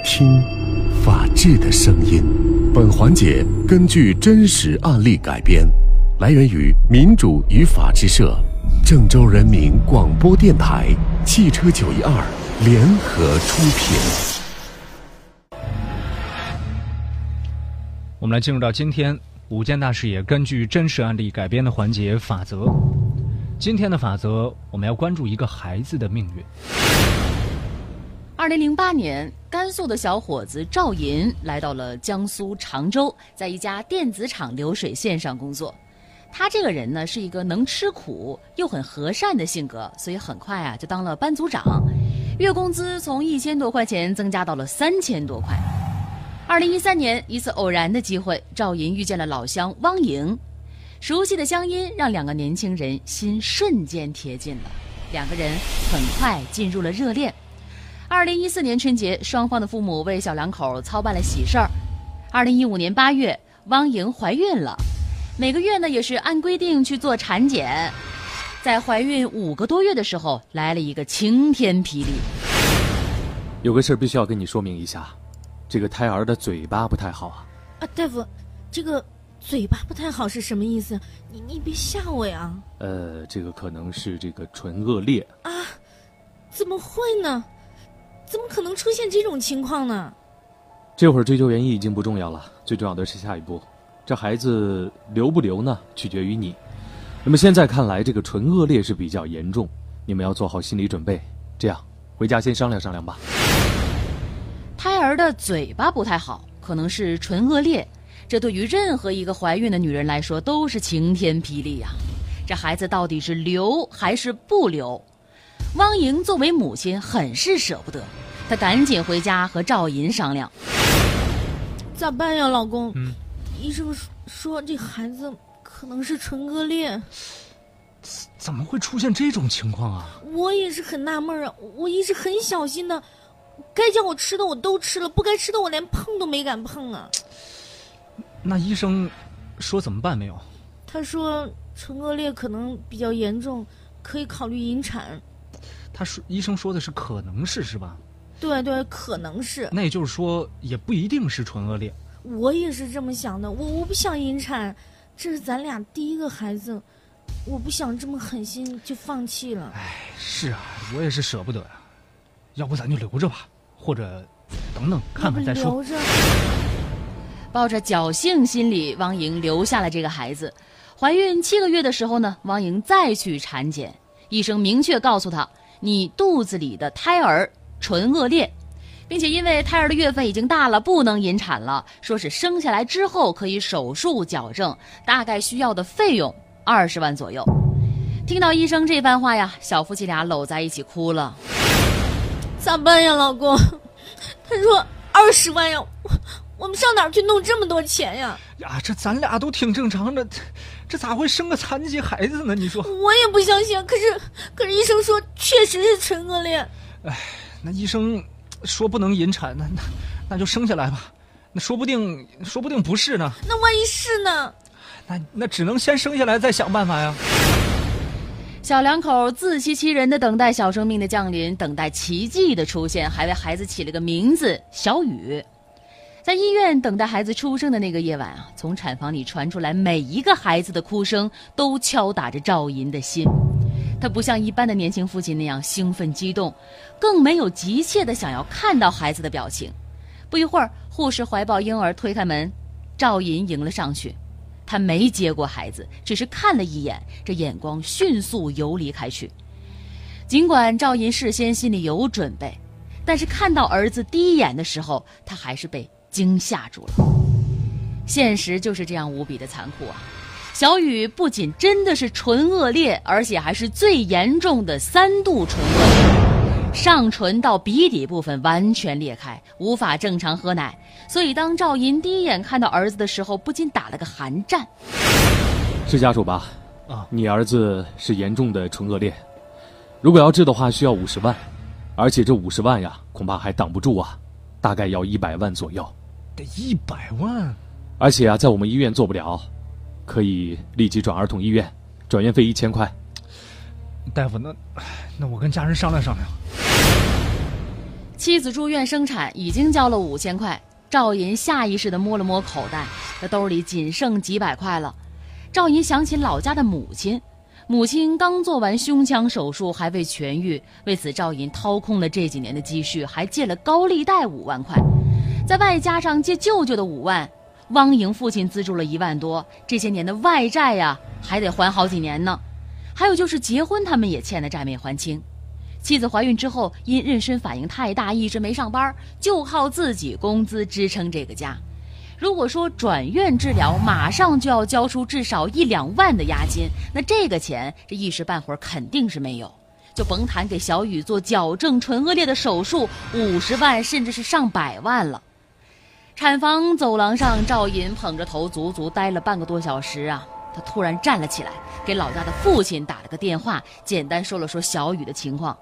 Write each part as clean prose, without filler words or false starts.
听法治的声音。本环节根据真实案例改编，来源于民主与法治社、郑州人民广播电台、汽车912联合出品。 我们来进入到今天五件大视野根据真实案例改编的环节法则。今天的法则，我们要关注一个孩子的命运。 2008年，甘肃的小伙子赵银来到了江苏常州，在一家电子厂流水线上工作。他这个人呢，是一个能吃苦又很和善的性格，所以很快就当了班组长，月工资从1000多块钱增加到了3000多块。2013年，一次偶然的机会，赵银遇见了老乡汪莹，熟悉的乡音让两个年轻人心瞬间贴近了，两个人很快进入了热恋。2014年春节，双方的父母为小两口操办了喜事儿。2015年8月，汪莹怀孕了，每个月呢也是按规定去做产检。在怀孕5个多月的时候，来了一个晴天霹雳。 有个事儿必须要跟你说明一下，这个胎儿的嘴巴不太好啊。 大夫，这个嘴巴不太好是什么意思？你别吓我呀。 这个可能是这个唇腭裂啊？怎么会呢？怎么可能出现这种情况呢？ 这会儿追究原因已经不重要了，最重要的是下一步，这孩子留不留呢，取决于你。那么现在看来，这个唇腭裂是比较严重，你们要做好心理准备。这样，回家先商量商量吧。 胎儿的嘴巴不太好，可能是唇腭裂，这对于任何一个怀孕的女人来说都是晴天霹雳呀。这孩子到底是留还是不留？汪莹作为母亲很是舍不得，她赶紧回家和赵银商量。 咋办呀，老公？医生说这孩子可能是唇腭裂。 怎么会出现这种情况啊？ 我也是很纳闷啊，我一直很小心的，该叫我吃的我都吃了，不该吃的我连碰都没敢碰啊。 那医生说怎么办没有？ 他说唇腭裂可能比较严重，可以考虑引产。 医生说的是可能是吧？ 对对，可能是。 那也就是说，也不一定是唇腭裂。 我也是这么想的，我不想引产，这是咱俩第一个孩子，我不想这么狠心就放弃了。 是啊，我也是舍不得呀。要不咱就留着吧，或者等等看看再说。 留着。 抱着侥幸心理，汪莹留下了这个孩子。怀孕7个月的时候呢，汪莹再去产检，医生明确告诉她，你肚子里的胎儿唇腭裂，并且因为胎儿的月份已经大了，不能引产了，说是生下来之后可以手术矫正，大概需要的费用20万左右。听到医生这番话呀，小夫妻俩搂在一起哭了。 咋办呀，老公？他说20万呀，我们上哪儿去弄这么多钱呀？ 呀，这咱俩都挺正常的，这咋会生个残疾孩子呢？你说？ 我也不相信，可是医生说确实是唇腭裂。 那医生说不能引产，那就生下来吧。那说不定不是呢。 那万一是呢？ 那只能先生下来再想办法呀。 小两口自欺欺人的等待小生命的降临，等待奇迹的出现，还为孩子起了个名字小雨。在医院等待孩子出生的那个夜晚啊，从产房里传出来每一个孩子的哭声都敲打着赵银的心。他不像一般的年轻父亲那样兴奋激动，更没有急切的想要看到孩子的表情。不一会儿，护士怀抱婴儿推开门，赵银迎了上去。他没接过孩子，只是看了一眼，这眼光迅速游离开去。尽管赵银事先心里有准备，但是看到儿子第一眼的时候，他还是被惊吓住了。现实就是这样无比的残酷啊！小雨不仅真的是唇腭裂，而且还是最严重的3度唇腭裂，上唇到鼻底部分完全裂开，无法正常喝奶。所以当赵银第一眼看到儿子的时候，不禁打了个寒战。 是家属吧？ 啊， 你儿子是严重的唇腭裂，如果要治的话需要50万，而且这50万呀，恐怕还挡不住啊，大概要100万左右。 得100万？ 而且啊，在我们医院做不了，可以立即转儿童医院，转院费1000块。 大夫，那我跟家人商量商量。 妻子住院生产，已经交了5000块。赵银下意识地摸了摸口袋，这兜里仅剩几百块了。赵银想起老家的母亲，母亲刚做完胸腔手术，还未痊愈，为此赵银掏空了这几年的积蓄，还借了高利贷5万块，再外加上借舅舅的5万，汪莹父亲资助了1万多，这些年的外债呀，还得还好几年呢。还有就是结婚他们也欠的债没还清。妻子怀孕之后，因妊娠反应太大，一直没上班，就靠自己工资支撑这个家。如果说转院治疗，马上就要交出至少1-2万的押金，那这个钱这一时半会儿肯定是没有，就甭谈给小雨做矫正唇腭裂的手术，50万甚至是上100万了。产房走廊上，赵银捧着头足足待了半个多小时啊。他突然站了起来，给老家的父亲打了个电话，简单说了说小雨的情况。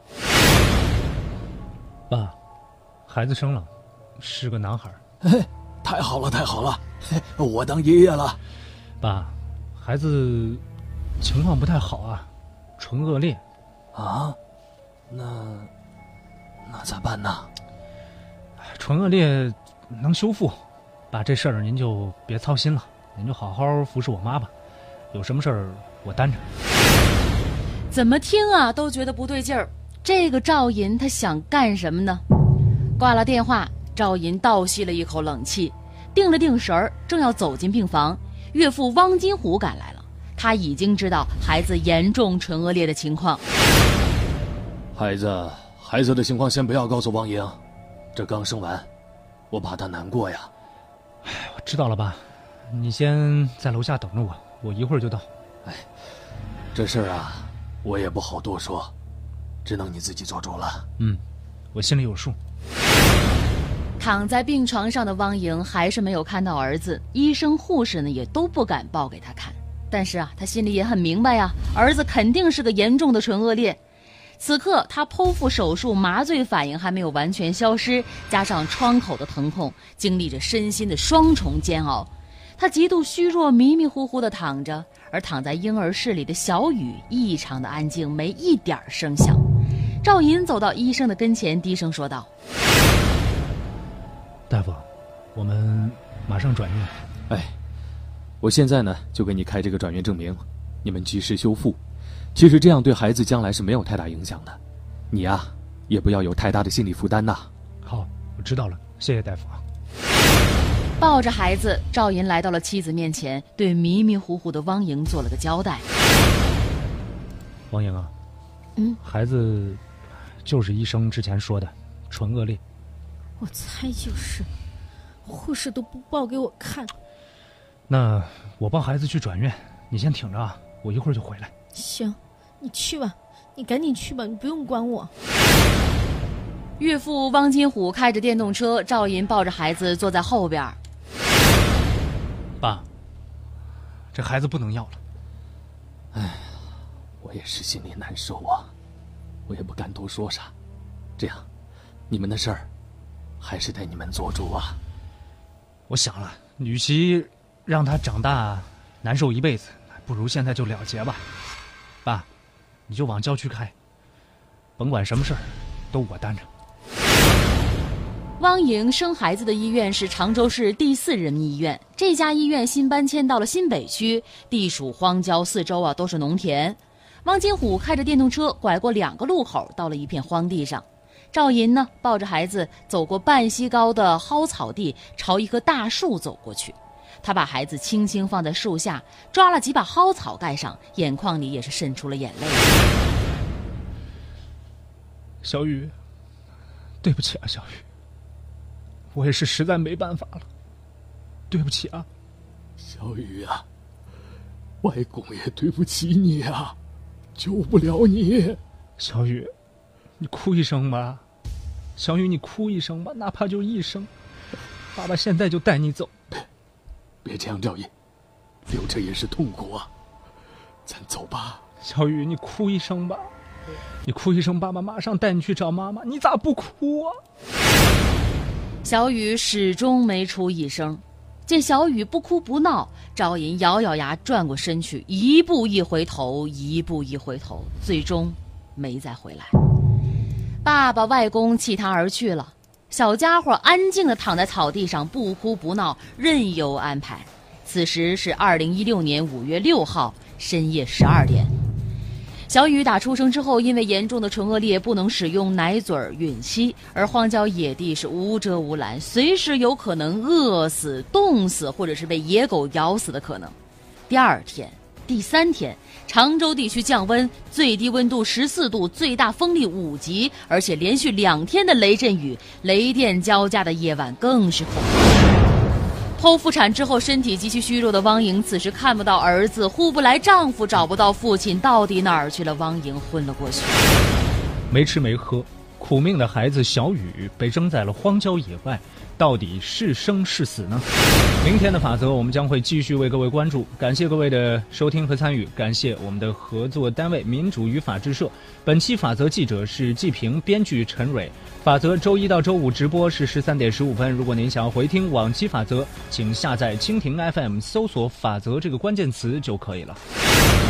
爸，孩子生了，是个男孩。 嘿，太好了太好了，我当爷爷了。 爸，孩子情况不太好啊，唇腭裂。 啊？那咋办呢？ 唇腭裂能修复，爸，这事儿您就别操心了，您就好好服侍我妈吧，有什么事儿我担着。 怎么听啊都觉得不对劲儿，这个赵银他想干什么呢？挂了电话，赵银倒吸了一口冷气，定了定神儿，正要走进病房，岳父汪金虎赶来了。他已经知道孩子严重唇腭裂的情况。 孩子的情况先不要告诉汪莹，这刚生完，我怕他难过呀。 我知道了，爸，你先在楼下等着我，我一会儿就到。 这事儿啊，我也不好多说，只能你自己做主了。 我心里有数。 躺在病床上的汪莹还是没有看到儿子，医生护士呢也都不敢抱给他看。但是啊，他心里也很明白呀，儿子肯定是个严重的唇腭裂。此刻他剖腹手术，麻醉反应还没有完全消失，加上创口的疼痛，经历着身心的双重煎熬。他极度虚弱，迷迷糊糊地躺着，而躺在婴儿室里的小雨异常的安静，没一点声响。赵银走到医生的跟前，低声说道： 大夫，我们马上转院。 我现在呢就给你开这个转院证明，你们及时修复。其实这样对孩子将来是没有太大影响的，你呀也不要有太大的心理负担呐。 好，我知道了，谢谢大夫啊。 抱着孩子，赵银来到了妻子面前，对迷迷糊糊的汪莹做了个交代。 汪莹啊，孩子就是医生之前说的唇腭裂。 我猜就是，护士都不报给我看。 那我抱孩子去转院，你先挺着啊，我一会儿就回来。 行，你去吧，你赶紧去吧，你不用管我。 岳父汪金虎开着电动车，赵银抱着孩子坐在后边。 爸，这孩子不能要了。 我也是心里难受啊，我也不敢多说啥。这样，你们的事儿还是得你们做主啊。 我想了，与其让他长大难受一辈子，不如现在就了结吧。爸，你就往郊区开，甭管什么事儿都我担着。 汪莹生孩子的医院是常州市第4人民医院，这家医院新搬迁到了新北区，地属荒郊，四周啊都是农田。汪金虎开着电动车拐过2个路口，到了一片荒地上。赵银呢抱着孩子走过半溪高的蒿草地，朝一棵大树走过去。他把孩子轻轻放在树下，抓了几把蒿草盖上，眼眶里也是渗出了眼泪。 小雨，对不起啊，小雨，我也是实在没办法了，对不起啊。 小雨啊，外公也对不起你啊，救不了你。 小雨，你哭一声吧，小雨，你哭一声吧，哪怕就一声，爸爸现在就带你走。 别这样，赵毅，留着也是痛苦啊。咱走吧。 小雨，你哭一声吧，你哭一声，爸爸马上带你去找妈妈。你咋不哭啊？ 小雨始终没出一声。见小雨不哭不闹，赵银咬咬牙转过身去，一步一回头，一步一回头，最终没再回来。 爸爸、外公弃他而去了，小家伙安静地躺在草地上，不哭不闹，任由安排。此时是2016年5月6号深夜12点。小雨打出生之后，因为严重的唇腭裂不能使用奶嘴吮吸，而荒郊野地是无遮无拦，随时有可能饿死、冻死，或者是被野狗咬死的可能。第二天、第三天，常州地区降温，最低温度14度，最大风力5级，而且连续2天的雷阵雨，雷电交加的夜晚更是恐怖。剖腹产之后身体极其虚弱的汪莹，此时看不到儿子，呼不来丈夫，找不到父亲，到底哪儿去了？汪莹昏了过去。 没吃没喝，苦命的孩子小雨被扔在了荒郊野外，到底是生是死呢？明天的法则我们将会继续为各位关注。感谢各位的收听和参与，感谢我们的合作单位民主与法制社。本期法则记者是季平，编剧陈蕊。法则周一到周五直播是13点15分。如果您想要回听往期法则，请下载蜻蜓 FM 搜索法则这个关键词就可以了。